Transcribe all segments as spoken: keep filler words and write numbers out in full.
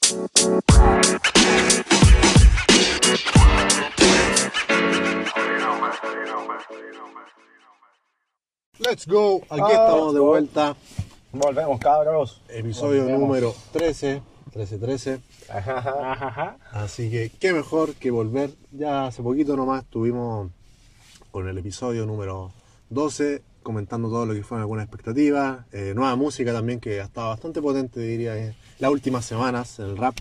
Let's go, aquí ah, estamos de vuelta. Volvemos, cabros. Episodio Volvemos. número trece, trece, trece. Ajá, ajá, ajá. Así que qué mejor que volver. Ya hace poquito nomás estuvimos con el episodio número doce, comentando todo lo que fueron algunas expectativas. Eh, nueva música también que ha estado bastante potente, diría, en las últimas semanas en el rap.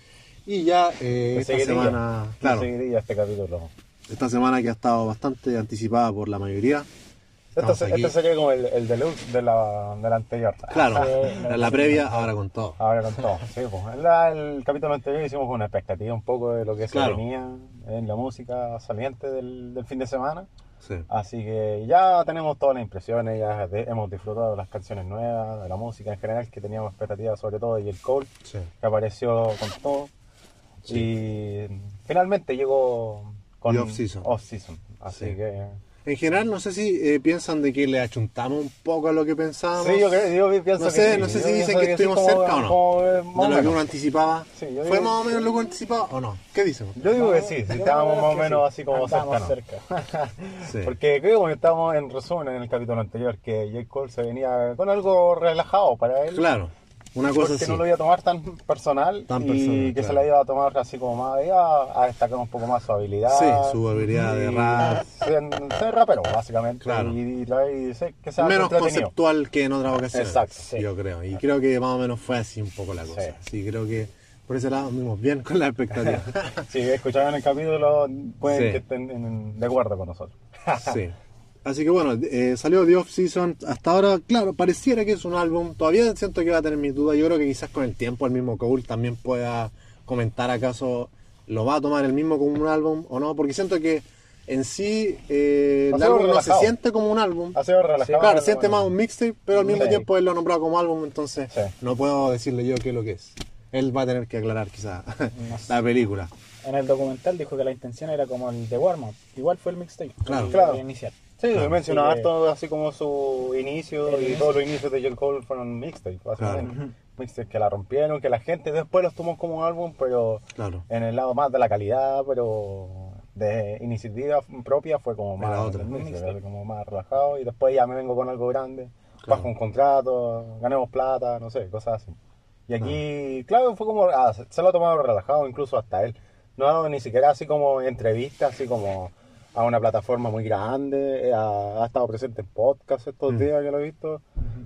Y ya eh, esta semana, claro, este capítulo. Esta semana que ha estado bastante anticipada por la mayoría. Este, este sería como el, el deluxe de la, de la anterior. Claro, la, la previa, ahora con todo. Ahora con todo, sí. Pues. En la, el capítulo anterior hicimos una expectativa un poco de lo que claro. se venía en la música saliente del, del fin de semana. Sí. Así que ya tenemos todas las impresiones, ya de, hemos disfrutado de las canciones nuevas, de la música en general, que teníamos expectativas sobre todo de J. Cole, sí. que apareció con todo. Sí. Y finalmente llegó con Off-Season. Off-Season. Así sí. que... En general, no sé si eh, piensan de que le achuntamos un poco a lo que pensábamos. Sí, yo, creo, yo pienso no sé, que sí. No sé yo si dicen que, que estuvimos como, cerca o no. Como, de lo que uno anticipaba. Sí, ¿Fue digo, más o menos lo que uno anticipaba o no? ¿Qué dicen? Yo digo que sí, si estábamos más o menos sí. así como cercanos. cerca. Sí. Porque creo que estábamos en resumen en el capítulo anterior, que J. Cole se venía con algo relajado para él. Claro. Una cosa porque así. no lo iba a tomar tan personal tan y personal, que claro. se la iba a tomar así como más, iba a destacar un poco más su habilidad. Sí, su habilidad de rap. Ser, ser rapero, básicamente. Claro. Y, y, y, y que sea menos conceptual que en otras ocasiones. Exacto. Sí. Yo creo. Y creo que más o menos fue así un poco la cosa. Sí, sí creo que por ese lado vimos bien con la expectativa. Si escucharon el capítulo, pueden sí. que estén en, de acuerdo con nosotros. Sí. Así que bueno, eh, salió The Off-Season. Hasta ahora, claro, pareciera que es un álbum. Todavía siento que va a tener mis dudas. Yo creo que quizás con el tiempo el mismo Cole también pueda comentar acaso lo va a tomar el mismo como un álbum o no. Porque siento que en sí eh, el álbum no se siente como un álbum. Ha sido relajado. Claro, se siente más un mixtape, pero al mismo sí. tiempo él lo ha nombrado como álbum. Entonces sí. no puedo decirle yo qué es lo que es. Él va a tener que aclarar quizás no sé. la película. En el documental dijo que la intención era como el de Warm Up. Igual fue el mixtape. Claro. El, claro. el inicial. Sí, claro. mencionaba sí, todo así como su inicio y inicio. todos los inicios de J. Cole fueron mixtape, básicamente. Claro. Mixtape que la rompieron, que la gente después los tomó como un álbum, pero claro. en el lado más de la calidad, pero de iniciativa propia fue como más, otra. mixtape, como más relajado. Y después ya me vengo con algo grande, claro. bajo un contrato, ganemos plata, no sé, cosas así. Y aquí, claro, claro fue como, ah, se lo ha tomado relajado, incluso hasta él. No ha dado ni siquiera así como entrevistas, así como a una plataforma muy grande, ha, ha estado presente en podcast estos mm. días que lo he visto.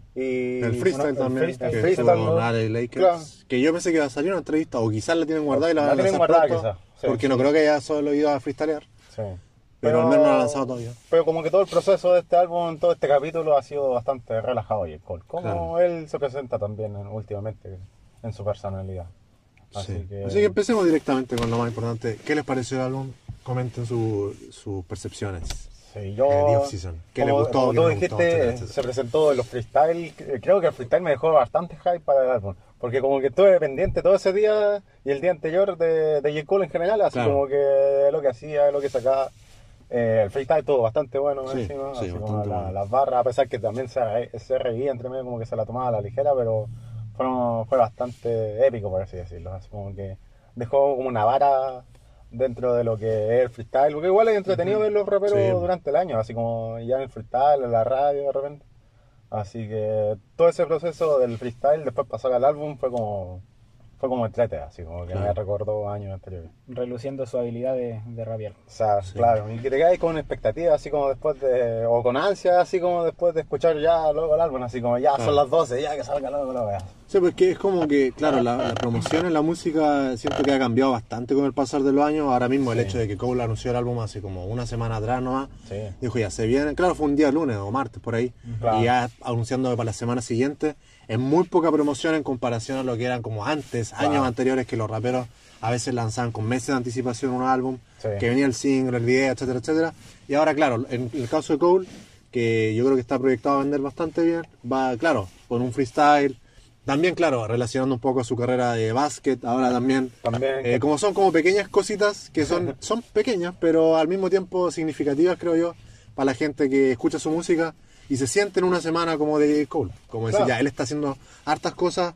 Y el freestyle bueno, también, el freestyle, que el freestyle, estuvo con Ale Lakers, claro. Que yo pensé que iba a salir una entrevista, o quizás la tienen guardada y la, la van a tienen lanzar guardada pronto, quizás. Sí, porque sí. no creo que haya solo ido a freestylear. Sí. Pero, pero al menos no la ha lanzado todavía. Pero como que todo el proceso de este álbum, todo este capítulo ha sido bastante relajado y el Cole. Como claro. él se presenta también en, últimamente en su personalidad. Así, sí. que... Así que empecemos directamente con lo más importante. ¿Qué les pareció el álbum? Comenten sus su percepciones. Sí, yo, eh, The Off-Season. ¿Qué como, les gustó? como ¿Qué tú no dijiste, gustó, etcétera, etcétera. Se presentó en los freestyle. Creo que el freestyle me dejó bastante hype para el álbum. Porque como que estuve pendiente todo ese día y el día anterior de, de J. Cole en general. Así claro. como que lo que hacía, lo que sacaba. Eh, el freestyle estuvo bastante bueno sí, encima. Sí, así como la, bueno. las barras, a pesar que también se, se reía entre medio, como que se la tomaba a la ligera, pero fue, fue bastante épico, por así decirlo. Así como que dejó como una vara dentro de lo que es el freestyle, porque igual es entretenido uh-huh. ver los raperos sí. durante el año, así como ya en el freestyle, en la radio de repente. Así que todo ese proceso del freestyle, después pasar al álbum, fue como fue como entrete, así como que claro. me recordó años anteriores. Reluciendo su habilidad de, de rapear. O sea, sí. claro, y que te quedas con expectativa, así como después de, o con ansia, así como después de escuchar ya luego el álbum, así como ya claro. son las doce, ya que salga luego lo veas. Sí, pues que es como que, claro, la, la promoción en la música siento que ha cambiado bastante con el pasar de los años. Ahora mismo el sí. hecho de que Cole anunció el álbum hace como una semana atrás nomás, sí. dijo ya se viene, claro, fue un día lunes o martes por ahí, claro. y ya anunciando para la semana siguiente, es muy poca promoción en comparación a lo que eran como antes, claro. años anteriores, que los raperos a veces lanzaban con meses de anticipación un álbum, sí. que venía el single, el video, etcétera, etcétera. Y ahora, claro, en el caso de Cole, que yo creo que está proyectado a vender bastante bien, va, claro, con un freestyle. También, claro, relacionando un poco a su carrera de básquet, ahora también, también eh, como son como pequeñas cositas, que son, son pequeñas, pero al mismo tiempo significativas, creo yo, para la gente que escucha su música y se siente en una semana como de Cole. Como decir, claro. ya, él está haciendo hartas cosas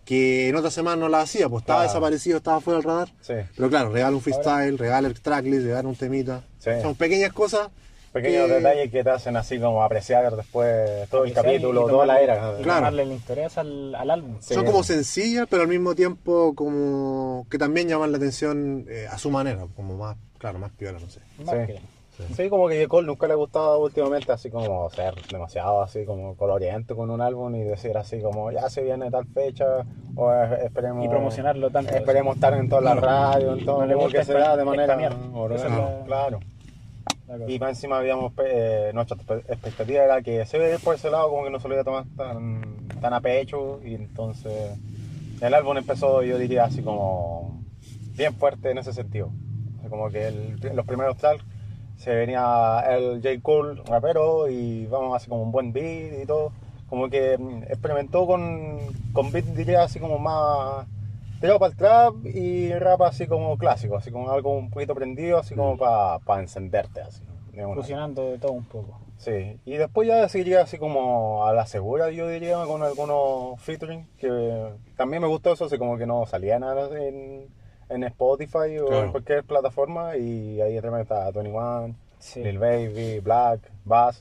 que en otra semana no la hacía, pues estaba Claro. desaparecido, estaba fuera del radar. Sí. Pero claro, regala un freestyle, regala el tracklist, regala un temita. Sí. Son pequeñas cosas. Pequeños que- detalles que te hacen así como apreciar después todo el Apreciar y capítulo, tomarle- toda la era. Y Claro. tomarle el interés al, al álbum. Sí. Son como sencillas, pero al mismo tiempo como que también llaman la atención eh, a su manera, como más, claro, más piola, no sé. Más Sí. que- Sí, como que J. Cole nunca le ha gustado últimamente así como ser demasiado así como coloriento con un álbum y decir así como ya se viene tal fecha o eh, esperemos Y promocionarlo tanto. esperemos estar en todas las radios, en todo, No le como gusta que se da de spam- manera spamear. orgánica. Esa es la- Claro. la cosa. Y más encima habíamos eh, nuestra expectativa era que se iba a ir por ese lado como que no se lo iba a tomar tan, tan a pecho y entonces el álbum empezó yo diría así como bien fuerte en ese sentido. O sea, como que el- los primeros tracks se venía el J. Cole rapero y vamos así como un buen beat y todo. Como que mm, experimentó con, con beat diría así como más tirado para el trap y rap así como clásico, así como algo un poquito prendido, así como para encenderte así. de una. Fusionando de todo un poco. Sí, y después ya seguiría así como a la segura, yo diría, con algunos featuring, que también me gustó eso, así como que no salía nada en, en Spotify o Claro. en cualquier plataforma, y ahí también está veintiuno, Sí. Lil Baby, Black, Bass,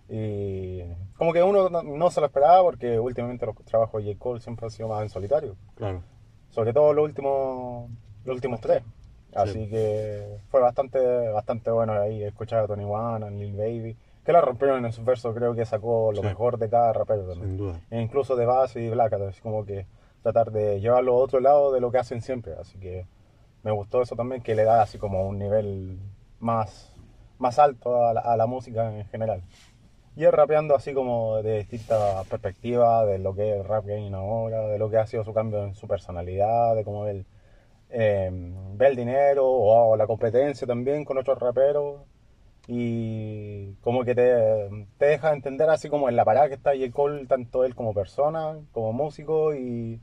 y como que uno no, no se lo esperaba porque últimamente los trabajos de J. Cole siempre han sido más en solitario, Claro. sobre todo los últimos, los últimos tres. Así Sí. que fue bastante, bastante bueno ahí escuchar a Tony One, a Lil Baby, que la rompieron en sus versos, creo que sacó lo Sí. mejor de cada rapero también. Sin duda. E incluso de Bass y Black, así como que tratar de llevarlo a otro lado de lo que hacen siempre. Así que me gustó eso también, que le da así como un nivel más, más alto a la, a la música en general. Y él rapeando así como de distintas perspectivas, de lo que es el rap game ahora, de lo que ha sido su cambio en su personalidad, de cómo él eh, ve el dinero o, o la competencia también con otros raperos. Y como que te, te deja entender así como en la parada que está J. Cole, tanto él como persona, como músico y,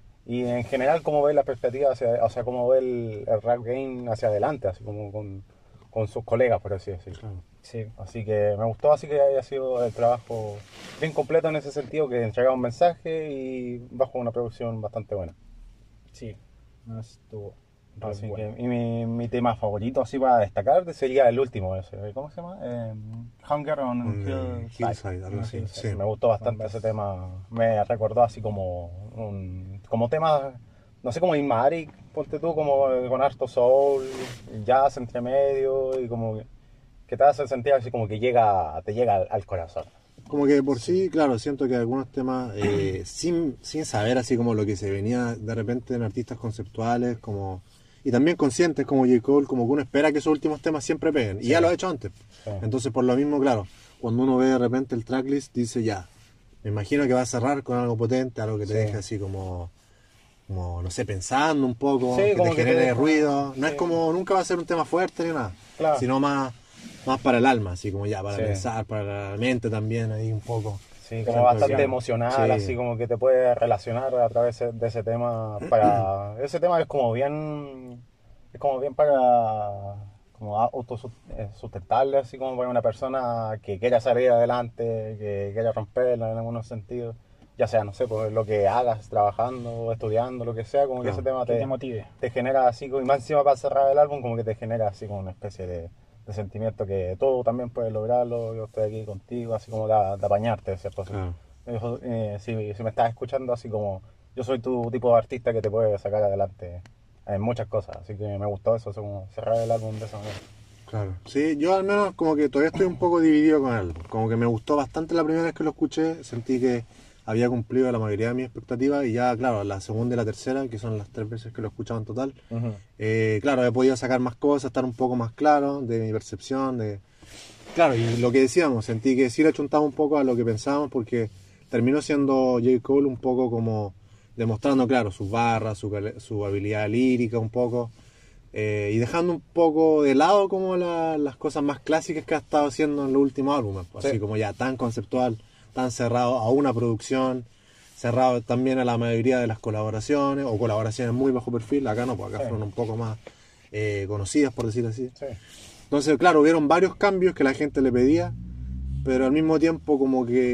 y en general cómo ve la perspectiva, hacia, o sea, cómo ve el, el rap game hacia adelante, así como con, con sus colegas, por así decirlo. Claro. Sí. Así que me gustó así que haya sido el trabajo bien completo en ese sentido, que entregaba un mensaje y bajo una producción bastante buena. Sí. No estuvo. Así bueno. que, y mi, mi tema favorito así para destacar sería el último, ese, ¿cómo se llama? Eh, Hunger on On the Hillside. Hillside, algo así. Sí, Sí. me gustó bastante ese tema, me recordó así como un, como tema, no sé, como Ilmatic, ponte tú, como eh, con harto soul, jazz entre medio y como que, que te hace sentir así como que llega, te llega al, al corazón. Como que por sí, claro, siento que algunos temas, eh, sin, sin saber así como lo que se venía de repente en artistas conceptuales, como y también conscientes como J. Cole, como que uno espera que esos últimos temas siempre peguen. Y Sí. ya lo ha hecho antes. Sí. Entonces, por lo mismo, claro, cuando uno ve de repente el tracklist, dice ya, me imagino que va a cerrar con algo potente, algo que te Sí. deje así como, como, no sé, pensando un poco, Sí, que como te que te genere deja- ruido. No sí. es como, nunca va a ser un tema fuerte ni nada, Claro. sino más, más para el alma, así como ya, para Sí. pensar, para la mente también, ahí un poco. Sí, como Siento bastante que- emocional, sí. así como que te puedes relacionar a través de ese tema. Para ese tema es como bien, es como bien para como autosustentable, así como para una persona que quiera salir adelante, que quiera romperla en algunos sentidos, ya sea, no sé, pues lo que hagas trabajando, estudiando, lo que sea, como Claro. que ese tema Que te, te motive. te genera así, y más encima para cerrar el álbum, como que te genera así como una especie de, de sentimiento que tú también puedes lograrlo, yo estoy aquí contigo, así como de, de apañarte, ¿cierto? Así, Claro. me dijo, eh, si, si me estás escuchando, así como yo soy tu tipo de artista que te puede sacar adelante en muchas cosas, así que me gustó eso, así como cerrar el álbum de esa manera. Claro. Sí, yo al menos como que todavía estoy un poco dividido con él. Como que me gustó bastante la primera vez que lo escuché, sentí que había cumplido la mayoría de mis expectativas y ya, claro, la segunda y la tercera, que son las tres veces que lo he escuchado en total, Ujú. eh, claro, he podido sacar más cosas, estar un poco más claro de mi percepción, de... Claro, y lo que decíamos, sentí que sí le achuntaba un poco a lo que pensábamos porque terminó siendo J. Cole un poco como demostrando, claro, sus barras, su, cal- su habilidad lírica un poco, eh, y dejando un poco de lado como la- las cosas más clásicas que ha estado haciendo en los últimos álbumes, pues, Sí. así como ya tan conceptual, tan cerrado a una producción, cerrado también a la mayoría de las colaboraciones, o colaboraciones muy bajo perfil, acá no, pues acá Sí. fueron un poco más eh, conocidas, por decir así. Sí. Entonces, claro, hubieron varios cambios que la gente le pedía, pero al mismo tiempo como que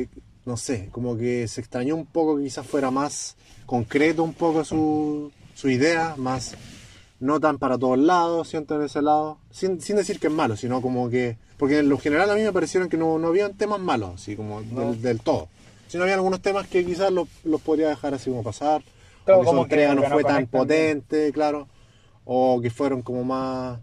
no sé, como que se extrañó un poco que quizás fuera más concreto un poco su, su idea, más no tan para todos lados, siento en ese lado, sin, sin decir que es malo, sino como que, porque en lo general a mí me parecieron que no, no habían temas malos, así como No. del, del todo, sino había algunos temas que quizás los, los podría dejar así como pasar, Claro, o que como su que- entrega no que no fue tan conectan potente, claro, o que fueron como más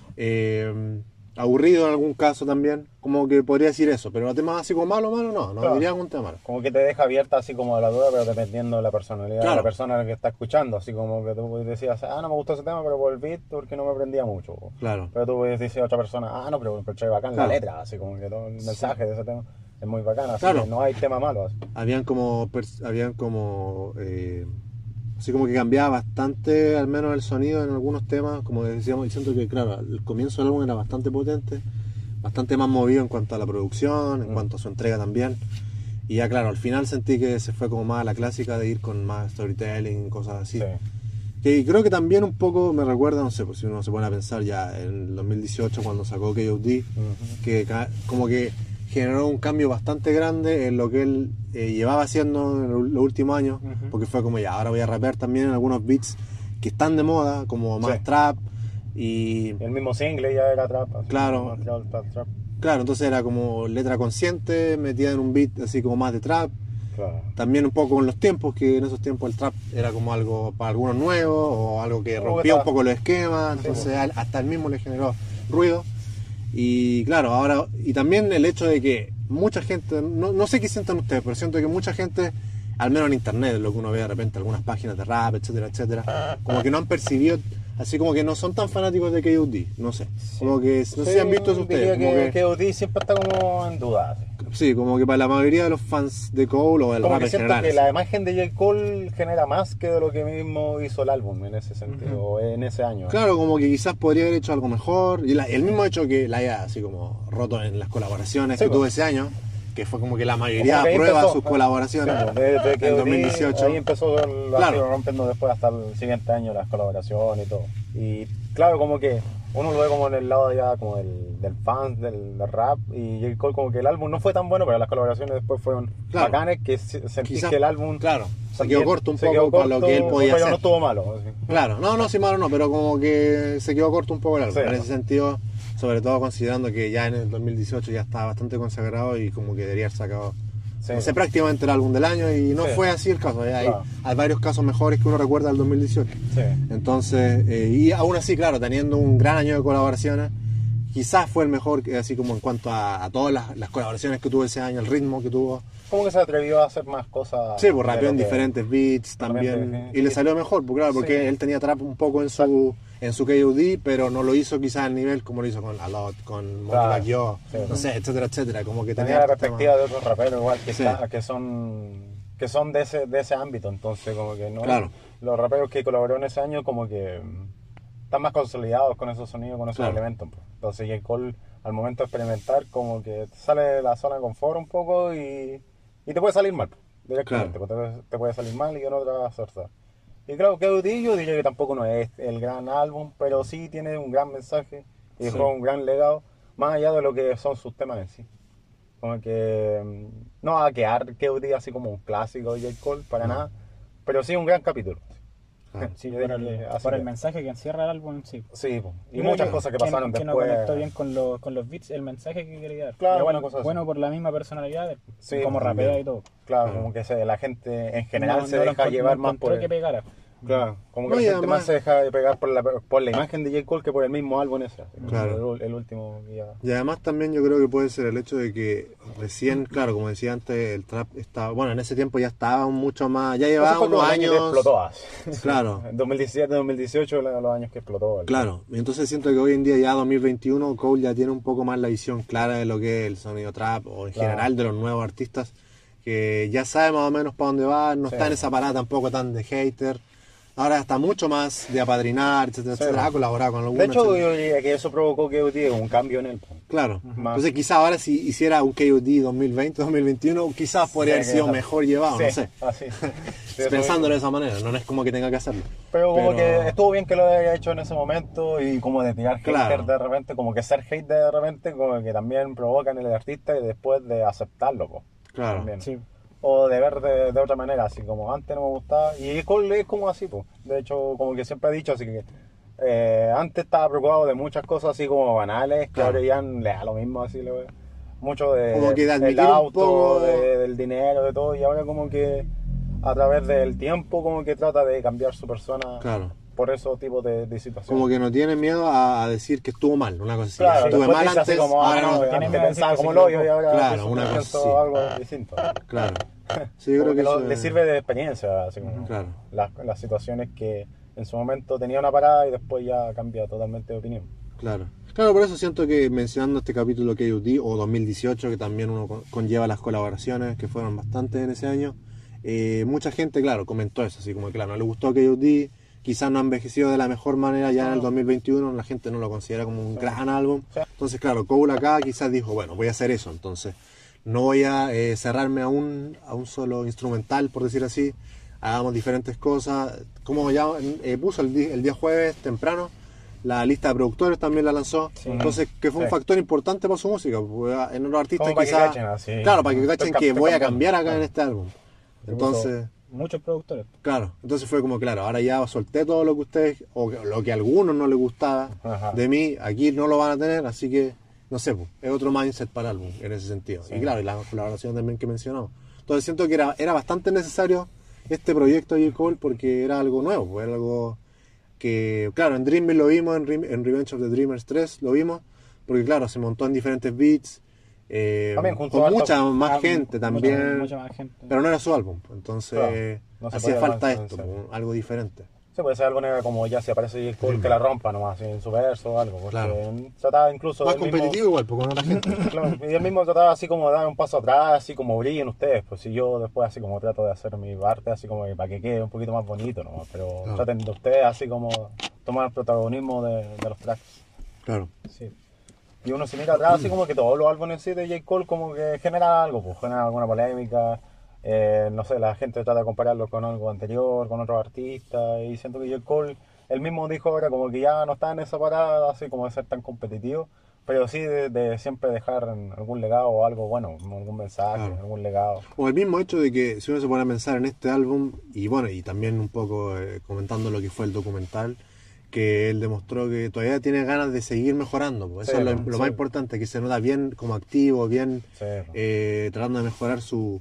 eh, aburridos en algún caso también, como que podría decir eso, pero los temas así como malo, malo, no, no Claro. diría algún tema malo. Como que te deja abierta así como la duda, pero dependiendo de la personalidad Claro. de la persona que está escuchando. Así como que tú decías, ah, no me gustó ese tema, pero por el beat, porque no me prendía mucho. Claro. Pero tú decías a otra persona, ah, no, pero encontré bacán Claro. la letra, así como que todo el mensaje de ese tema es muy bacán, así Claro. que no hay tema malo. Así. Habían como, pers- habían como, eh, así como que cambiaba bastante, al menos el sonido en algunos temas, como decíamos, diciendo que claro, el comienzo del álbum era bastante potente, bastante más movido en cuanto a la producción, en Mm. cuanto a su entrega también, y ya claro, al final sentí que se fue como más a la clásica de ir con más storytelling, cosas así. Sí. Que creo que también un poco me recuerda, no sé, pues si uno se pone a pensar ya en el dos mil dieciocho cuando sacó K O D, Ujú. que ca- como que generó un cambio bastante grande en lo que él eh, llevaba haciendo en lo- los últimos años, Ujú. porque fue como ya, ahora voy a rapear también en algunos beats que están de moda, como más Sí. trap, y El mismo single ya era trap. Así, Claro. más trap, trap, trap. claro, entonces era como letra consciente, metida en un beat así como más de trap, Claro. también un poco con los tiempos, que en esos tiempos el trap era como algo para algunos nuevos, o algo que Como que rompía un estaba- poco los esquemas, entonces pues. a él- hasta él mismo le generó ruido. Y claro, ahora, y también el hecho de que mucha gente, no, no sé qué sientan ustedes, pero siento que mucha gente, al menos en internet, lo que uno ve de repente, algunas páginas de rap, etcétera, etcétera, como que no han percibido, así como que no son tan fanáticos de K O D, no sé, como que, no sé si han visto eso ustedes, Diría como que, que, que O D siempre está como en duda. Así. sí, como que para la mayoría de los fans de Cole o del Como rap que en siento general, que así. la imagen de J. Cole genera más que de lo que mismo hizo el álbum en ese sentido, o en ese año. Claro, como que quizás podría haber hecho algo mejor. Y la- el mismo hecho que la haya así como roto en las colaboraciones Sí, que pues. tuvo ese año, que fue como que la mayoría Como que ahí aprueba empezó, sus ¿eh? colaboraciones Sí, desde que en O D, dos mil dieciocho. Ahí empezó el- la Claro. sido rompiendo después hasta el siguiente año las colaboraciones y todo. Y claro, como que uno lo ve como en el lado ya como del, del fan, del, del rap, y J. Cole como que el álbum no fue tan bueno, pero las colaboraciones después fueron Claro. bacanes, que se- sentí Quizás, que el álbum claro, se también quedó corto un se poco quedó para lo que él corto, podía pero hacer. no estuvo malo. así. Claro, no, no, sí malo no, pero como que se quedó corto un poco el álbum. Sí. En ese sentido, sobre todo considerando que ya en el dos mil dieciocho ya estaba bastante consagrado y como que debería haber sacado, Sí. no sé, prácticamente el álbum del año y no Sí. fue así el caso. Ya hay, Claro. hay varios casos mejores que uno recuerda del dos mil dieciocho. Sí. Entonces, eh, y aún así, claro, teniendo un gran año de colaboraciones, quizás fue el mejor, eh, así como en cuanto a, a todas las, las colaboraciones que tuvo ese año, el ritmo que tuvo. Como que se atrevió a hacer más cosas. Sí, pues de rapeó lo en que- diferentes beats Realmente, también. sí. Y le salió mejor, pues claro, porque Sí. él tenía trap un poco en su en su K O D, pero no lo hizo quizás al nivel como lo hizo con A Lot, con Claro. Monica Yo, Sí. no sé, etcétera, etcétera. Como que Tenía la otros perspectiva temas. de otros raperos igual que, Sí. está- que son que son de ese de ese ámbito, entonces como que no Claro. los raperos que colaboró en ese año como que mm, están más consolidados con esos sonidos, con esos Claro. elementos. pues. Entonces J. Cole al momento de experimentar como que sale de la zona de confort un poco y, y te puede salir mal, pues, directamente, pues, te, te puede salir mal y que no te va a acertar. Y claro, que yo diría que tampoco no es el gran álbum, pero sí tiene un gran mensaje y dejó un gran legado, más allá de lo que son sus temas en sí. Como que mm, no va a quedar que diga así como un clásico de J. Cole, para No. nada, pero sí un gran capítulo. Claro. Sí, Yo por diría el, que así por el que- mensaje que encierra el álbum, sí. Sí, po. y Creo muchas cosas que pasaron que después. no conectó bien con, los con los beats, el mensaje que quería dar. Claro, Y una bueno, cosa así. bueno por la misma personalidad, de- Sí, como también. rapea y todo. Claro, Claro. como que se, la gente en general No- se no lo deja encont- llevar no más por encontró el, que pegara. Claro, como que No, y la gente además- más se deja de pegar por la, por la imagen de J. Cole que por el mismo álbum ese. así, Claro. El, el último que ya. Y además también yo creo que puede ser el hecho de que recién, claro, como decía antes, el trap estaba, bueno, en ese tiempo ya estaba mucho más, ya Ese llevaba fue como unos el año años. que explotó. así. Claro. En dos mil diecisiete, dos mil dieciocho, la- los años que explotó. el- Claro, y entonces siento que hoy en día, ya dos mil veintiuno, Cole ya tiene un poco más la visión clara de lo que es el sonido trap o en Claro. general de los nuevos artistas, que ya sabe más o menos para dónde va, no Sí. está en esa parada tampoco tan de hater, ahora está mucho más de apadrinar, etcétera, Sí. etcétera, ha colaborado con algunos. De hecho, etcétera. yo diría que eso provocó que diga un cambio en él. po. Claro, Más. entonces quizás ahora si hiciera un K O D dos mil veinte, dos mil veintiuno, quizás podría Sí, haber sido que- mejor llevado, Sí, no sé. así. Sí, eso Pensándolo de esa manera, no es como que tenga que hacerlo. Pero como Pero- que estuvo bien que lo haya hecho en ese momento y como de tirar hater Claro. de repente, como que ser hate de repente, como que también provoca en el artista y después de aceptarlo, po. Claro. También. Sí. o de ver de, de otra manera, así como antes no me gustaba. Y Cole es como así, pues. De hecho, como que siempre he dicho, así que eh, antes estaba preocupado de muchas cosas así como banales, que Claro. ahora ya le da lo mismo, así lo mucho de, Como que de del admitir un auto, poco- de- del dinero, de todo, y ahora como que a través del tiempo como que trata de cambiar su persona Claro. por esos tipos de, de situaciones. Como que no tiene miedo a, a decir que estuvo mal, una cosa así. Claro, Estuve después mal dice así antes, como, ah, ahora no, no. tiene antes miedo de pensaba decir que como se lo hoyo y equivocó. ahora Claro, pienso, una cosa pienso así. algo distinto. Claro. Sí, yo creo Porque que lo- eso le es- sirve de experiencia, así como Claro. las, las situaciones que en su momento tenía una parada y después ya cambia totalmente de opinión. Claro. Claro, por eso siento que mencionando este capítulo K O D o dos mil dieciocho, que también uno con- conlleva las colaboraciones, que fueron bastantes en ese año, eh, mucha gente, claro, comentó eso, así como que, claro, no le gustó K O D, quizás no ha envejecido de la mejor manera ya en el dos mil veintiuno, la gente no lo considera como un gran álbum. Sí. Entonces, claro, Cole acá quizás dijo, bueno, voy a hacer eso, entonces no voy a eh, cerrarme a un, a un solo instrumental, por decir así, hagamos diferentes cosas. Como ya eh, puso el, di- el día jueves temprano, la lista de productores también la lanzó, Sí. entonces que fue un Sí. factor importante para su música, porque en otros artistas Como para que quizás, cachen, así. claro, para que Estoy cachen cap- que estoy voy a cambiando. cambiar acá en Claro. este álbum. Entonces, Muchos productores. claro, entonces fue como, claro, ahora ya solté todo lo que ustedes, o que- lo que a algunos no les gustaba Ajá. de mí, aquí no lo van a tener, así que, no sé, pues, es otro mindset para el álbum en ese sentido. Sí. Y claro, y la colaboración también que mencionamos. Entonces siento que era, era bastante necesario este proyecto de J. Cole porque era algo nuevo, pues, era algo que, claro, en Dreamville lo vimos, en, Re- en Revenge of the Dreamers tres lo vimos, porque claro, se montó en diferentes beats, eh, También junto con a harto- mucha más Ah, gente mucha- también, Mucha más gente. pero no era su álbum, entonces Claro, no se hacía podía falta lanzar, esto, sí. pues, algo diferente. Sí, puede ser algo negro como ya si aparece J. Cole que la rompa nomás, en su verso o algo. Porque Claro. trataba incluso Más del mismo- competitivo igual, pues con otra gente. Claro, y él mismo trataba así como de dar un paso atrás, así como brillen ustedes, pues si yo después así como trato de hacer mi parte, así como que para que quede un poquito más bonito nomás, pero Claro. traten de ustedes así como tomar el protagonismo de, de los tracks. Claro. Sí. Y uno se mira atrás así como que todos los álbumes sí de J. Cole como que generan algo, pues generan alguna polémica, eh, no sé, la gente trata de compararlo con algo anterior, con otros artistas, y siento que J. Cole, él mismo dijo ahora como que ya no está en esa parada así como de ser tan competitivo, pero sí de, de siempre dejar algún legado o algo bueno, algún mensaje, Claro. algún legado. O el mismo hecho de que si uno se pone a pensar en este álbum, y bueno, y también un poco eh, comentando lo que fue el documental, que él demostró que todavía tiene ganas de seguir mejorando, pues. Eso Sí, es lo, sí. lo más importante, que se nota bien como activo, bien Sí, eh, tratando de mejorar su,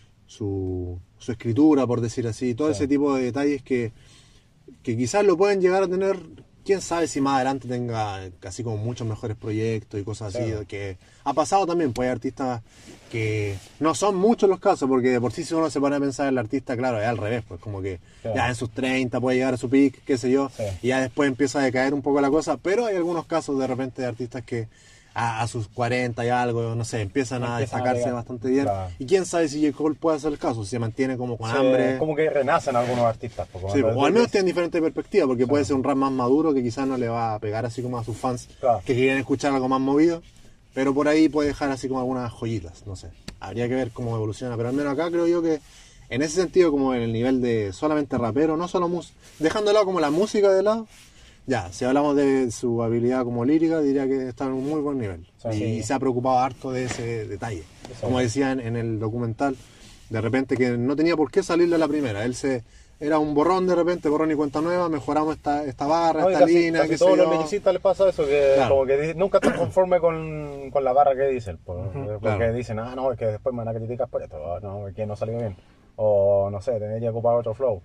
su, su escritura, por decir así, todo Sí. ese tipo de detalles que, que quizás lo pueden llegar a tener, quién sabe si más adelante tenga así como muchos mejores proyectos y cosas así, Claro. que ha pasado también, pues hay artistas que no son muchos los casos, porque de por sí si uno se pone a pensar en el artista, claro, es al revés, pues como que Claro. ya en sus treinta puede llegar a su peak, qué sé yo, Sí. y ya después empieza a decaer un poco la cosa, pero hay algunos casos de repente de artistas que a, a sus cuarenta y algo, no sé, empiezan a Empiezan a destacarse pegar. bastante bien, Claro. y quién sabe si J. Cole puede hacer el caso, si se mantiene como con Sí, hambre. como que renacen algunos artistas. pues, Sí, cuando- o al menos tienen diferentes perspectivas, porque Sí. puede ser un rap más maduro que quizás no le va a pegar así como a sus fans Claro. que quieren escuchar algo más movido, pero por ahí puede dejar así como algunas joyitas, no sé. Habría que ver cómo evoluciona, pero al menos acá creo yo que en ese sentido, como en el nivel de solamente rapero, no solo música, dejando de lado como la música de lado, ya, si hablamos de su habilidad como lírica, diría que está en un muy buen nivel. Sí. y, y se ha preocupado harto de ese detalle. Eso. Como decían en el documental, de repente que no tenía por qué salirle a la primera. Él se era un borrón de repente, borrón y cuenta nueva, mejoramos esta, esta barra, No, y esta casi, línea, casi qué sé todos los yo. lyricistas les pasa eso, que Claro. como que di- nunca están conformes con, con la barra que dicen. Pues, porque claro. dicen, ah, no, es que después me van a criticar por esto, o no, es que no salió bien. O no sé, tendría que ocupar otro flow.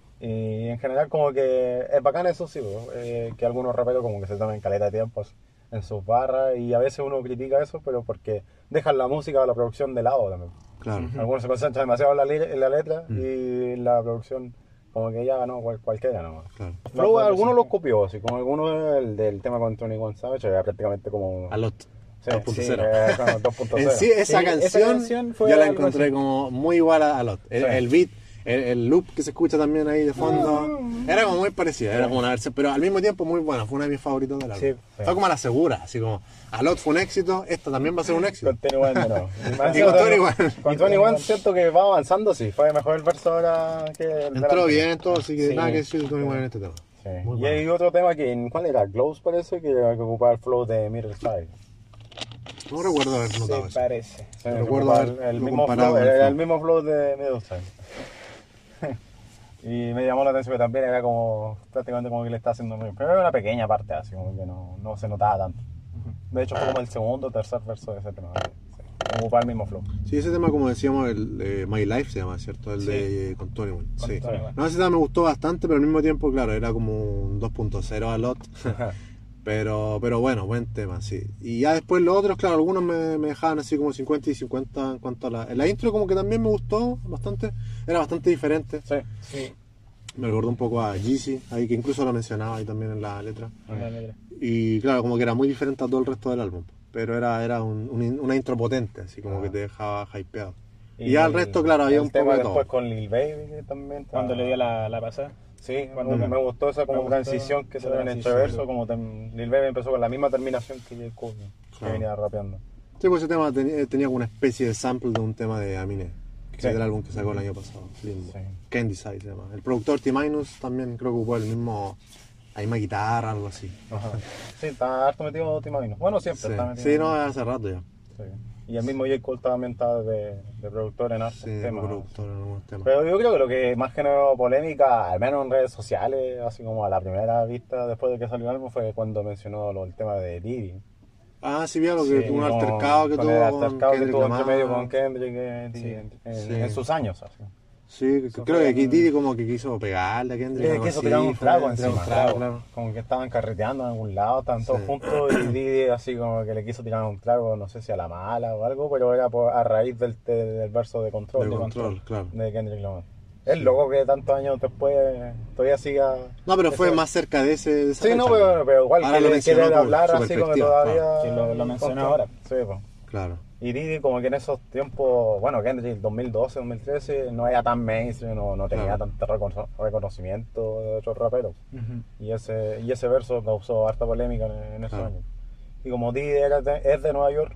Y en general como que es bacán eso sí, pues, eh, que algunos raperos como que se tomen caleta de tiempos en sus barras y a veces uno critica eso, pero porque dejan la música o la producción de lado también. Claro. Algunos se concentran demasiado en la, li- en la letra Mm. y la producción como que ya ganó cual- cualquiera nomás. Claro. Flow, algunos los copió, así como algunos el del tema con Tony One Savage, era prácticamente como... A lot. Sí, dos punto sí, cero. eh, como dos punto cero. En sí, esa, Sí, esa canción, canción fue yo la algo encontré así. como muy igual a, a Lot. El, Sí. el beat, el, el loop que se escucha también ahí de fondo, era como muy parecida, era como una versión, pero al mismo tiempo muy buena, fue una de mis favoritos del álbum. Sí, sí. Fue como a la segura, así como, a Lot fue un éxito, esta también va a ser un éxito. Con Tony One de nuevo. Y con Tony One. Con Tony One siento que va avanzando, sí, fue mejor el verso ahora que el de la Entró anterior. bien todo, así que Sí. nada que decir de Tony One en este tema. Sí. Muy Y bueno. hay otro tema que, ¿cuál era? Glows parece, que, que ocupaba el flow de Middle Style. No recuerdo haber notado Sí, eso. parece. Sí, recuerdo el, haberlo el, mismo comparado flow, con el era flow. el mismo flow de Medusa. Y me llamó la atención que también era como prácticamente como que le está haciendo muy... Pero era una pequeña parte así, como que no, no se notaba tanto. De hecho fue como el segundo o tercer verso de ese tema. Sí, ocupaba el mismo flow. Sí, ese tema, como decíamos, el de My Life se llama, ¿cierto? El Sí. de eh, con Tony One. Con Sí. Tony One. No, ese tema me gustó bastante, pero al mismo tiempo, claro, era como un dos punto cero a lot. Pero, pero bueno, buen tema, sí. Y ya después los otros, claro, algunos me, me dejaban así como cincuenta y cincuenta en cuanto a la... La intro como que también me gustó bastante, era bastante diferente. Sí. Sí. Me recordó un poco a Yeezy, ahí que incluso lo mencionaba ahí también en la letra. La letra. Y claro, como que era muy diferente a todo el resto del álbum. Pero era, era un, un- una intro potente, así como Ah. que te dejaba hypeado. Y, ya el resto, claro, había el un tema poco de después todo. con Lil Baby que también... estaba- Cuando le dio la, la pasada. Sí, Cuando me, me- me gustó esa como me gustó transición que esa se ve en el transición. verso, como tem- Lil Baby empezó con la misma terminación que J. Cole, que Claro. venía rapeando. Sí, pues ese tema tenía, tenía como una especie de sample de un tema de Amine, que Sí. es del álbum que sacó el año pasado, Limbo. Sí. Candy Side se llama. El productor T-Minus también creo que ocupó el mismo, la misma guitarra, algo así. Ajá. Sí, está harto metido, te imagino. Bueno, siempre Sí, está metido. sí, no, hace rato ya. Sí. Y el mismo J. Cole también está de, de productor en hartos Sí, como temas. productor en algunos temas. Pero yo creo que lo que más generó polémica, al menos en redes sociales, así como a la primera vista después de que salió el álbum, fue cuando mencionó lo- el tema de Diddy. Ah, sí, vi algo que Sí, tuvo un Con- altercado que con tuvo el con altercado que Kendrick tuvo entre Lamar. medio con Kendrick eh, Sí. en, en- Sí. en sus años. Así. Sí, que- Eso creo fue que aquí en- Diddy como que quiso pegarle a Kendrick. Le algo quiso así, tirar un fue, trago sí, encima, un trago, claro. claro. Como que estaban carreteando en algún lado, estaban todos Sí. juntos y Didi así como que le quiso tirar un trago, no sé si a la mala o algo, pero era por, a raíz del, del, del verso de control De de, control, claro. de Kendrick Lamar. Es loco que tantos años después todavía siga... No, pero fue ese- más cerca de ese. De esa Sí, no, fecha. pero, pero igual Ahora lo quiere, mencionó quiere por hablar su así como que perspectiva, todavía... claro. Sí, lo- lo mencionó control. ahora. Sí, pues. Claro. Y Didi como que en esos tiempos, bueno, Kendrick dos mil doce, dos mil trece no era tan mainstream, no, no tenía Claro. tanto recono- reconocimiento de otros raperos. Ujú. Y ese, y ese verso causó harta polémica en, en esos Claro. años. Y como Didi era de- es de Nueva York,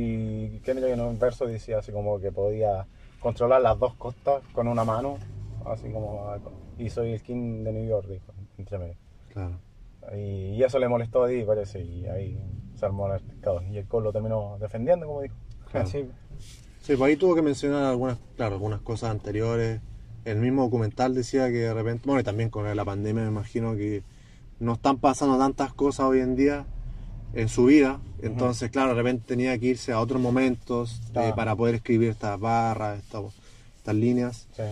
y Kendrick en un verso decía así como que podía controlar las dos costas con una mano, así como, y soy el king de New York, dijo, entre medio. Claro. Y, y eso le molestó a Didi, parece, y ahí se armó el altercado. Y el Cole lo terminó defendiendo, como dijo. Claro. Sí. Sí, pues ahí tuvo que mencionar algunas, claro, algunas cosas anteriores. El mismo documental decía que de repente, bueno, y también con la pandemia me imagino que no están pasando tantas cosas hoy en día en su vida. Entonces, claro, de repente tenía que irse a otros momentos eh, Claro. para poder escribir estas barras, estas, estas líneas. Sí.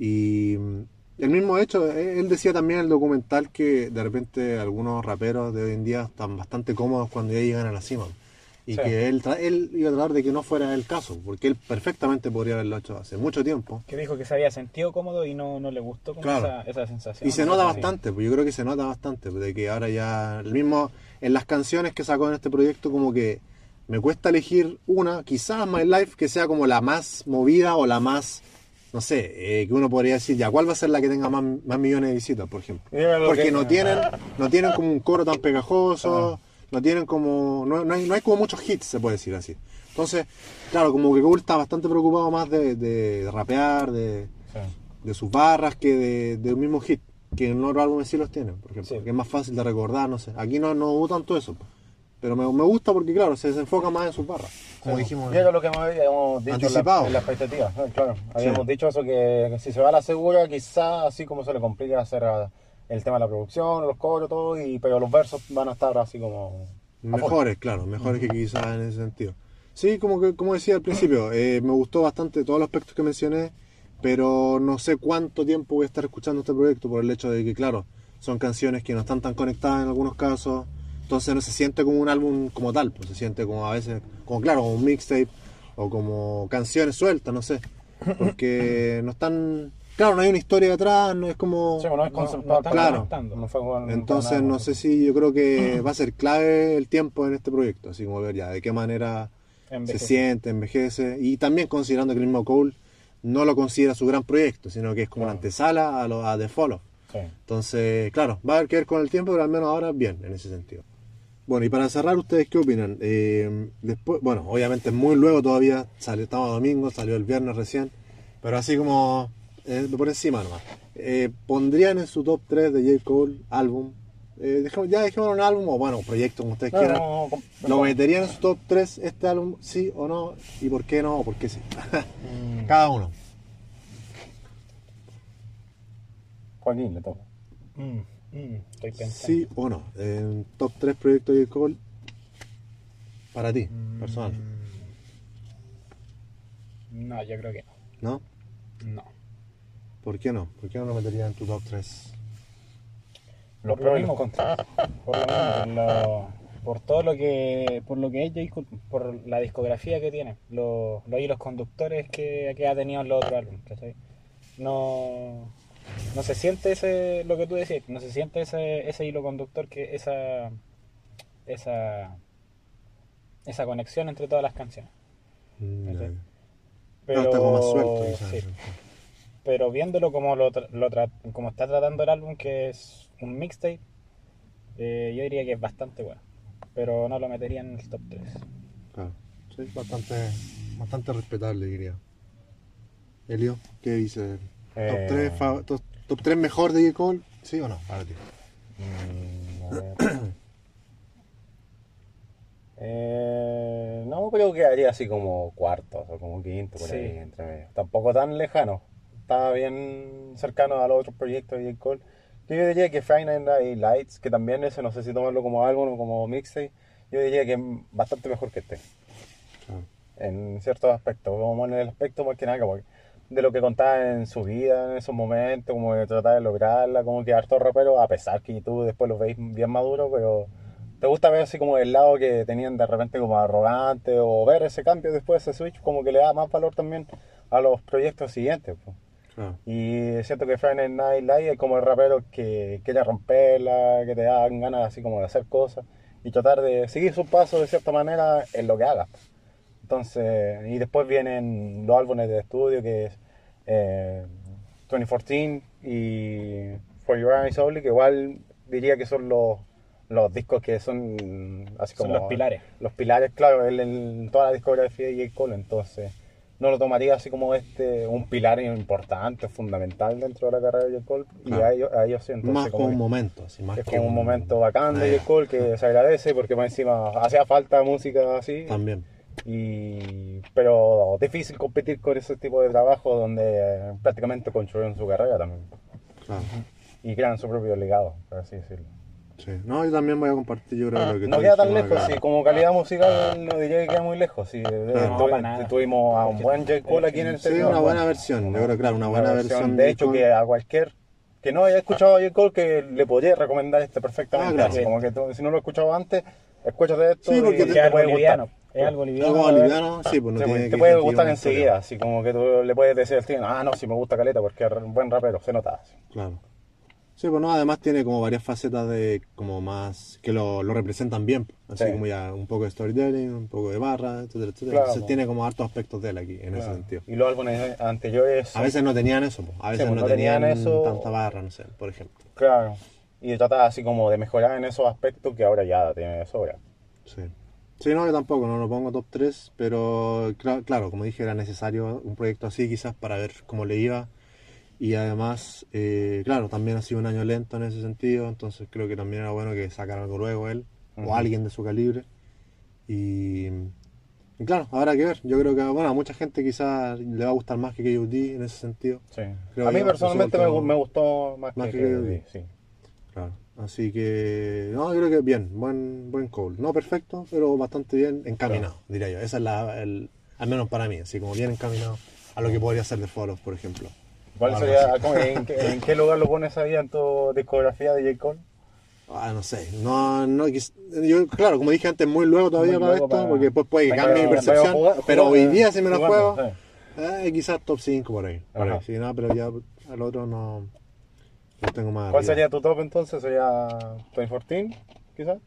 Y mm, el mismo hecho, eh, él decía también en el documental que de repente algunos raperos de hoy en día están bastante cómodos cuando ya llegan a la cima. Y Sí. que él, tra- él iba a tratar de que no fuera el caso, porque él perfectamente podría haberlo hecho hace mucho tiempo. Que dijo que se había sentido cómodo y no, no le gustó como Claro. esa, esa sensación. Y se ¿no? nota Sí. bastante, pues yo creo que se nota bastante, pues, de que ahora ya, el mismo, en las canciones que sacó en este proyecto, como que me cuesta elegir una, quizás My Life, que sea como la más movida o la más, no sé, eh, que uno podría decir, ya, ¿cuál va a ser la que tenga más, más millones de visitas, por ejemplo? Y era lo Porque que- no tienen, no tienen como un coro tan pegajoso, no tienen como, no, no hay, no hay como muchos hits, se puede decir así. Entonces, claro, como que Cole está bastante preocupado más de, de rapear, de, Sí. de sus barras que de, de un mismo hit, que en otros álbumes sí los tienen, por ejemplo, Sí. que es más fácil de recordar, no sé. Aquí no, no hubo tanto eso, pero me, me gusta porque, claro, se desenfoca más en sus barras, como Sí. dijimos. Y era lo que habíamos dicho en la, Anticipado. en la expectativa. eh, Claro, habíamos Sí. dicho eso que, que si se va a la segura, quizás así como se le complica hacer a- el tema de la producción, los coros, todo, y, pero los versos van a estar así como... a full. Mejores, claro, mejores que quizás en ese sentido. Sí, como que como decía al principio, eh, me gustó bastante todos los aspectos que mencioné, pero no sé cuánto tiempo voy a estar escuchando este proyecto por el hecho de que, claro, son canciones que no están tan conectadas en algunos casos, entonces no se siente como un álbum como tal, pues se siente como a veces, como claro, como un mixtape o como canciones sueltas, no sé, porque no están, claro, no hay una historia detrás, no es como... Sí, no es No, conceptual, no están Claro. conectando. no fue con- Entonces con nada, no sé si yo creo que va a ser clave el tiempo en este proyecto, así como ver ya de qué manera Envejece. se siente, envejece, y también considerando que el mismo Cole no lo considera su gran proyecto, sino que es como una Claro. antesala a, lo, a The Follow. Sí. Entonces, claro, va a haber que ver con el tiempo, pero al menos ahora bien, en ese sentido. Bueno, y para cerrar, ¿ustedes qué opinan? Eh, después, bueno, obviamente es muy luego todavía, salió, estamos domingo, salió el viernes recién, pero así como eh, por encima nomás. Eh, ¿Pondrían en su top tres de J. Cole álbum Eh, dejemos, ya dejémoslo en un álbum, o bueno, un proyecto como ustedes No, quieran. no, com- ¿Lo meterían en su top tres este álbum, sí o no? ¿Y por qué no o por qué sí? Mm, Cada uno. Joaquín le toca. Mm, mm, estoy pensando. ¿Sí o no? En top tres proyectos de J. Cole para ti, personal. No, yo creo que ¿No? no. No. ¿Por qué no? ¿Por qué no lo meterías en tu top tres? Los Por lo pros y los mismo. contras. Por lo mismo, por, lo- por todo lo que por lo que es J. Cole, por la discografía que tiene, los, los hilos conductores que, que ha tenido en los otros álbumes, ¿cachai? No, no se siente ese, lo que tú decías, no se siente ese, ese hilo conductor, que esa, esa, esa conexión entre todas las canciones. Mm, ¿Cachai? ya. Pero, No, está como más suelto, quizás. sí, pero viéndolo como lo, tra- lo tra- como está tratando el álbum, que es un mixtape, eh, yo diría que es bastante bueno. Pero no lo metería en el top tres. Claro. Sí, bastante, bastante respetable, diría. Elio, ¿qué dice? Eh, ¿Top tres, fa- top, top tres mejor de J. Cole? ¿Sí o no? Para ti. Mm, a ver. Eh, no, creo que haría así como cuarto o como quinto por Sí. ahí entre medio. Tampoco tan lejano. Está bien cercano a los otros proyectos de J. Cole. Yo diría que Friday Night Lights, que también ese, no sé si tomarlo como álbum o como mixtape, yo diría que es bastante mejor que este. Claro. En ciertos aspectos, como en el aspecto más que nada como de lo que contaba en su vida en esos momentos, como de tratar de lograrla, como que harto rapero, a pesar que tú después los veis bien maduros, pero te gusta ver así como el lado que tenían de repente como arrogante, o ver ese cambio después, ese switch, como que le da más valor también a los proyectos siguientes, pues. Claro. Y siento que Friday Night Lights es como el rapero que quiere romperla, que te dan ganas así como de hacer cosas y tratar de seguir sus pasos de cierta manera en lo que hagas. Entonces, y después vienen los álbumes de estudio, que es eh, veinte catorce y For Your Eyes Only, que igual diría que son los, los discos que son así Son como los pilares. los pilares, claro, en, en toda la discografía de J. Cole. Entonces no lo tomaría así como este un pilar importante, fundamental dentro de la carrera de J. Cole, y Claro. a ellos, a ellos sí. Entonces, Más como un que- momento, así, más es que como un momento bacán de Ah, J. Cole que se agradece, porque más encima hacía falta música así. También. Y, pero difícil competir con ese tipo de trabajo donde eh, prácticamente construyen su carrera también. Claro. Y crean su propio legado, por así decirlo. Sí. No, yo también voy a compartir, yo creo, lo que No tú queda tan dijimos lejos, acá. sí, como calidad musical no diría que queda muy lejos. Sí, eh, Claro. tuvi- No, para nada. tuvimos a un buen J. Cole aquí en el Sí, exterior. una buena Bueno, versión, yo creo, claro, una buena versión De de hecho, Cole. que a cualquier que no haya escuchado a J. Cole, que le podría recomendar este perfectamente. Ah, claro. Así como que tú, si no lo he escuchado antes, escúchate esto. Sí, porque y te- te es algo puede gustar. liviano. Es algo liviano. Algo a ver. boliviano, sí, pues no Sí, tiene te que puede sentir gustar una enseguida, historia. así como que tú le puedes decir al tío, ah, no, si me gusta Caleta porque es un buen rapero, se nota. Así. Claro. Sí, pues no, además tiene como varias facetas de como más que lo, lo representan bien, así Sí. como ya un poco de storytelling, un poco de barra, etcétera, etcétera. Claro, Entonces pues. tiene como hartos aspectos de él aquí, en ese Claro. sentido. Y los álbumes anteriores, A veces no tenían eso, pues. a veces pues, no, no tenían tenían, eso. tanta barra, no sé, por ejemplo. claro, y trata así como de mejorar en esos aspectos que ahora ya tiene de sobra. Sí. Sí, no, yo tampoco, no lo pongo top tres, pero cla- claro, como dije, era necesario un proyecto así quizás para ver cómo le iba. Y además, eh, claro, también ha sido un año lento en ese sentido, entonces creo que también era bueno que sacara algo luego él, Ujú. o alguien de su calibre. Y, y claro, habrá que ver. Yo creo que, bueno, a mucha gente quizás le va a gustar más que K O D en ese sentido. Sí. Creo A mí yo, personalmente me, resulta- gu- me gustó más, más que, que que- K O D. sí. Claro. Así que, no, yo creo que bien, buen, buen Cole. No perfecto, pero bastante bien encaminado, diría yo. Esa es la, el, al menos para mí, así como bien encaminado a lo que podría ser de Follow, por ejemplo. ¿Cuál Algo sería, así. cómo- en, qué, en qué lugar lo pones ahí en tu discografía de J. Cole? Ah, no sé, no, no, quis- yo, claro, como dije antes, muy luego todavía Muy para luego esto, para- porque después puede que para cambie mi que- percepción, pero jugar- pero jugar, hoy día si me lo jugando, juego, sí. eh, quizás top cinco por ahí, por Ajá. ahí. Sí, no, pero ya al otro no, lo tengo más ¿Cuál arriba. sería tu top entonces? ¿Sería veinte catorce, quizás?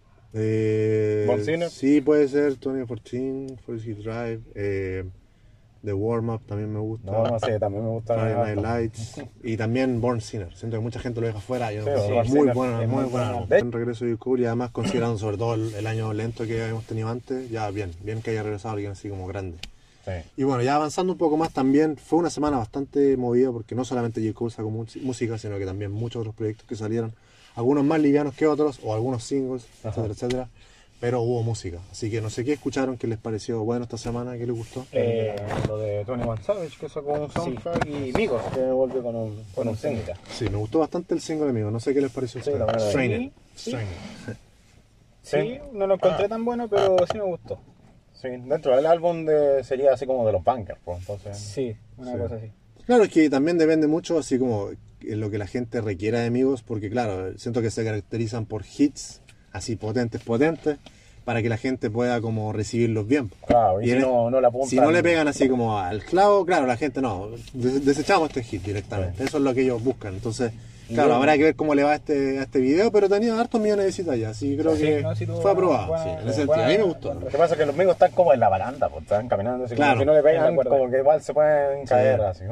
Eh, Born Sinner? sí, puede ser veinte catorce, First Hit Drive, eh, The Warm Up también me gusta. No, no sé, también me gusta. Friday Night harto. Lights y también Born Sinner. Siento que mucha gente lo deja fuera. Yo Sí, encuentro Born muy Sinner buena, es muy muy buena. bueno. Buen regreso de Cole y además considerando sobre todo el, el año lento que hemos tenido antes, ya bien, bien que haya regresado alguien así como grande. Sí. Y bueno, ya avanzando un poco más también, fue una semana bastante movida porque no solamente J. Cole sacó mu- música, sino que también muchos otros proyectos que salieron. algunos más livianos que otros, o algunos singles, Ajá. etcétera, etcétera. Pero hubo música. Así que no sé qué escucharon, qué les pareció bueno esta semana, qué les gustó. Eh, Lo de Tony One Savage, que sacó un soundtrack, y Migos, que volvió con un, con un single. Sí, me gustó bastante el single, amigo. No sé qué les pareció a Sí, ustedes. la verdad. Strain It. Sí. Strain It. Sí, no lo encontré tan bueno, pero sí me gustó. Sí, dentro del álbum de, sería así como de los Bunkers, pues, entonces... Sí, una Sí. cosa así. Claro, es que también depende mucho, así como en lo que la gente requiera de amigos, porque claro, siento que se caracterizan por hits así potentes, potentes, para que la gente pueda como recibirlos bien. Claro, y, Y si en- no, no la apuntan... Si no le pegan así como al clavo, claro, la gente no, des- desechamos este hit directamente. Sí. Eso es lo que ellos buscan. Entonces, Y claro, yo- habrá que ver cómo le va a este, a este video, pero tenía hartos millones de visitas ya, así creo Sí, que no, sí tuvo fue aprobado. buena- sí, en ese buena- sentido. A mí me gustó. buena- Lo que pasa es que los Migos están como en la baranda, pues están caminando así, Claro. como si no le Estoy de pegan, acuerdo. como que igual se pueden Sí. caer así.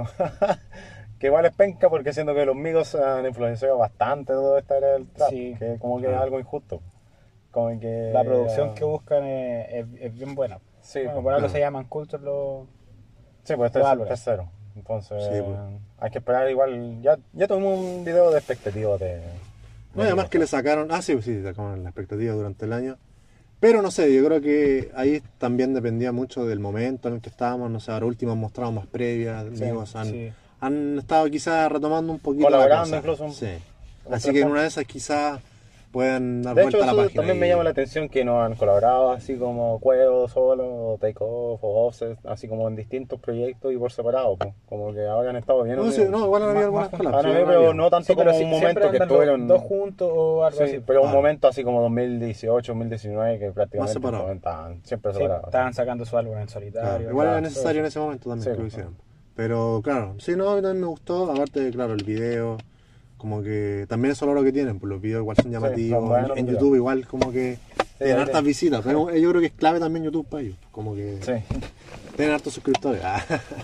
Que igual es penca porque siento que los Migos han influenciado bastante todo esta era del trap, Sí. que como que es Ah. algo injusto. Como que... La producción que buscan es, es, es bien buena. Sí, Bueno, pues, por algo claro. se llaman cultos los... Sí, pues este es el Bárbaro. tercero. Entonces, Sí, pues. hay que esperar igual. Ya, ya tuvimos un video de expectativas de. No, y de además Migos. que le sacaron, ah sí, sí, sacaron la expectativa durante el año. Pero no sé, yo creo que ahí también dependía mucho del momento en el que estábamos, no sé, ahora último han mostrado más previas, Sí, amigos han, sí. han estado quizás retomando un poquito Colaborando la cosa. incluso. Sí. Con Así que en una de esas quizás puedan dar De vuelta hecho, a la eso página. también y- me llama la atención que no han colaborado así como Cuevo solo, o Take Off, o Offset, así como en distintos proyectos y por separado. Pues. Como que ahora han estado bien. No, unidos. sí, no, igual han habido Más- algunas más collabs, Ah, no, sí, pero había. no tanto Sí, pero como sí- un siempre momento que andan los estuvieron. dos juntos o algo Sí, así. pero un Ah. momento así como dos mil dieciocho, dos mil diecinueve que prácticamente separado. estaban siempre Sí, separados. estaban sacando su álbum en solitario. Claro, igual era claro, necesario sí. en ese momento también Sí, que lo pues, hicieran. Pero claro, sí, no, a mí también me gustó. Aparte, claro, el video, como que también eso es lo que tienen, pues los videos igual son llamativos. son buenos en los YouTube igual como que tienen ahí hartas tienen. visitas. Pero yo creo que es clave también YouTube para ellos. Como que Sí. tienen hartos suscriptores. Ah,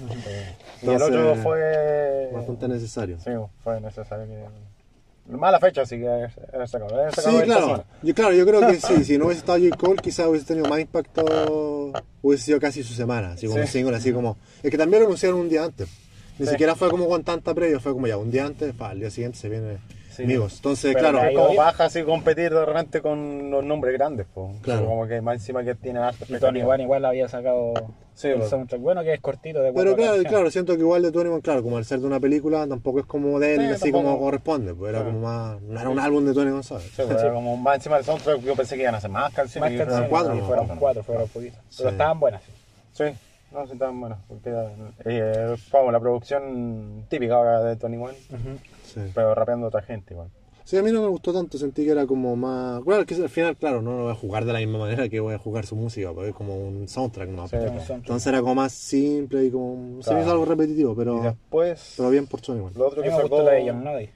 Y el otro Entonces, fue. bastante necesario. Sí, fue necesario que. Mala fecha, así que haber sacado. haber sacado Sí, esta claro. semana. Yo, claro, yo creo que sí, si no hubiese estado J. Cole, quizás hubiese tenido más impacto, hubiese sido casi su semana, así como Sí. un single, así como... Es que también lo anunciaron un día antes. Ni Sí. siquiera fue como con tanta previa, fue como ya un día antes, para el día siguiente se viene Sí. amigos. Entonces, Pero claro, es ahí como hoy- baja así competir de repente con los nombres grandes, pues. Claro. Como que más encima que tienen harta Y Tony expectativa. One igual había sacado Sí, el pues. soundtrack bueno, que es cortito de cuatro pero claro, canciones. claro, siento que igual de Tony One, claro, como al ser de una película, tampoco es como de él, Sí, así tampoco. como corresponde, pues era Sí. como más... No era un álbum de Tony González. Sí, pues, era como más encima del soundtrack, yo pensé que iban a hacer más canciones. Más y canciones, cuatro, y ¿no? fueron cuatro, cuatro, fueron poquitas. Pero Sí. estaban buenas. Sí. Sí, no, sí estaban buenas. Porque eh, fue como la producción típica ahora de Tony One, Sí. pero rapeando a otra gente igual. Sí, a mí no me gustó tanto, sentí que era como más... Claro, que al final, claro, no lo voy a jugar de la misma manera que voy a jugar su música, porque es como un soundtrack, ¿no? Sí, Era un pues. soundtrack. Entonces era como más simple y como... Se me Claro. hizo algo repetitivo, Y pero, después, pero bien por Tony igual. lo A otro mí que me sacó... gustó la de Young Noddy,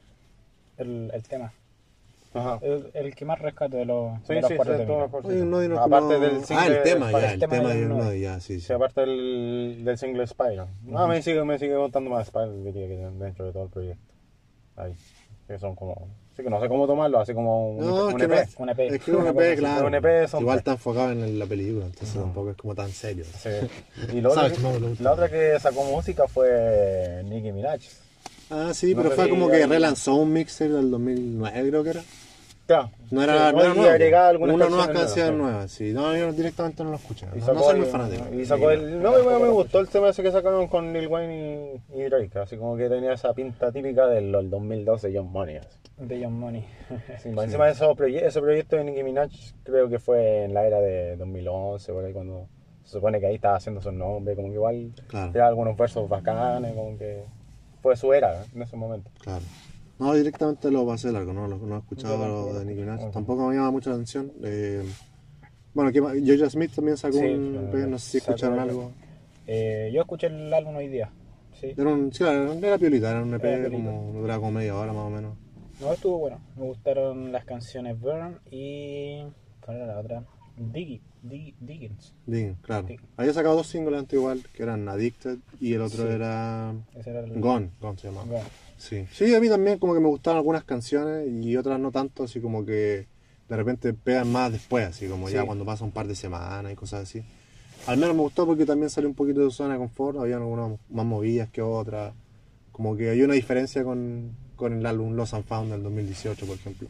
el, el tema. Ajá. El, el que más rescato de los, Sí, de los sí, cuatro sí, temas. todo mejor, sí. Oye, no, y no- Aparte no- del single... Ah, el tema, Spiral. ya, el tema tema de de Young no, Noddy. ya, sí, sí. Sí, aparte del, del single Spiral. No, me sigue, me sigue contando más Spiral, diría que dentro de todo el proyecto. Ahí. Que son como... Sí, que no sé cómo tomarlo, así como un, No, es un que E no P. es- Un E P. Es que un Una E cosa P, así. claro. Un E P son Igual tres. está enfocado en la película, entonces tampoco es como tan serio. Sí. Y lo otro, ¿Sabes? No, no, no. la otra que sacó música fue Nicki Minaj. Ah, sí, No pero sé fue si como que hay- relanzó un mixer del dos mil nueve, creo que era. Claro. No era, Sí, no era y nuevo. agregaba algunas Una nueva canciones canción nuevas, nueva, sí. No, yo directamente no lo escuché. Y No, sacó no soy muy el- fanático. Y sacó el... No, me, me gustó el tema ese que sacaron con Lil Wayne y, y Drake. Así como que tenía esa pinta típica del, del dos mil doce Young Money. Así. De Young Money. Sí, más encima de esos proye- ese proyecto de Nicki Minaj creo que fue en la era de dos mil once, por ahí cuando se supone que ahí estaba haciendo su nombre, como que igual Claro. tenía algunos versos bacanes, como que fue su era en ese momento. Claro. No, directamente lo pasé largo, no, no he escuchado Yo lo tampoco. de Nicki Minaj. Ujú. Tampoco me llama mucho la atención. Eh, bueno, ¿qué más? Georgia Smith también sacó Sí, un E P, no sé si sacó escucharon el- algo. Eh, yo escuché el álbum hoy día. Sí. Era un, sí, era, era piolita, era un E P Era piolita. como, duraba como media hora más o menos. No, estuvo bueno. Me gustaron las canciones Burn y... ¿Cuál era la otra? Diggy, Diggy, Diggins. Bien, claro. Sí. Había sacado dos singles antes igual, que eran Addicted y el otro Sí. era Ese era el... Gone, Gone se llamaba. Gone. Sí. Sí, a mí también como que me gustaron algunas canciones y otras no tanto, así como que de repente pegan más después, así como ya Sí. cuando pasa un par de semanas y cosas así. Al menos me gustó porque también salió un poquito de su zona de confort, había algunas más movidas que otras. Como que hay una diferencia con, con el álbum Lost and Found del dos mil dieciocho, por ejemplo.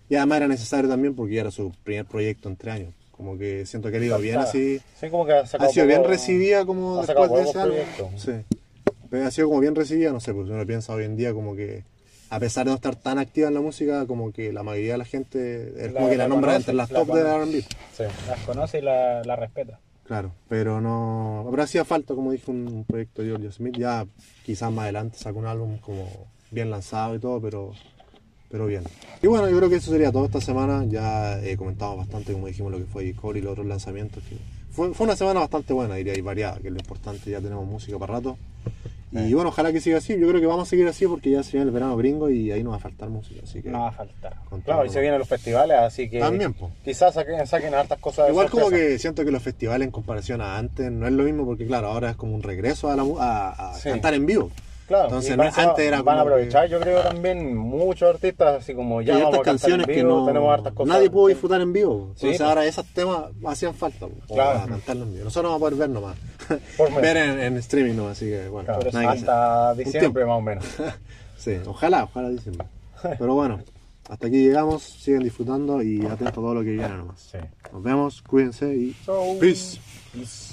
Y además era necesario también porque ya era su primer proyecto en tres años. Como que siento que le iba bien así. Sí, como que ha, ha sido bien recibida como ha después de ese álbum. proyectos. Sí. Pero ha sido como bien recibida, no sé, porque uno piensa hoy en día como que a pesar de no estar tan activa en la música, como que la mayoría de la gente es La- como que la, la nombra conoce, entre las la top de conoce. R and B. Sí. Las conoce y la, la respeta. Claro, pero no. Pero hacía falta, como dije, un, un proyecto de George Smith. Ya quizás más adelante saca un álbum como bien lanzado y todo, pero, pero bien. Y bueno, yo creo que eso sería todo esta semana. Ya eh, comentamos bastante, como dijimos, lo que fue J. Cole y los otros lanzamientos. Que fue, fue una semana bastante buena, diría, y variada, que es lo importante. Ya tenemos música para rato. Y bueno, ojalá que siga así. Yo creo que vamos a seguir así porque ya se viene el verano gringo y ahí no va a faltar música. Así que No va a faltar. con Claro, todo, y se vienen los festivales, así que También, po. quizás saquen, saquen hartas cosas de Igual como sorpresa. que siento que los festivales en comparación a antes no es lo mismo porque claro, ahora es como un regreso a, la, mu- a, a Sí. cantar en vivo. Claro, Entonces, y no- con eso antes era van a como aprovechar, que- yo creo también muchos artistas, así como ya Y hay vamos hartas a cantar en canciones que vivo, no tenemos hartas cosas. nadie pudo disfrutar en vivo. Sí, Entonces pues. ahora esos temas hacían falta po, Claro. para cantarlo en vivo. Nosotros vamos a poder ver nomás. Por menos. ver en, en streaming nomás, así que bueno. Claro, nada que hacer. hasta tiempo. diciembre más o menos. Sí, ojalá, ojalá diciembre. Pero bueno, hasta aquí llegamos, siguen disfrutando y atentos a todo lo que viene nomás. Sí. Nos vemos, cuídense y Chau. peace. Peace.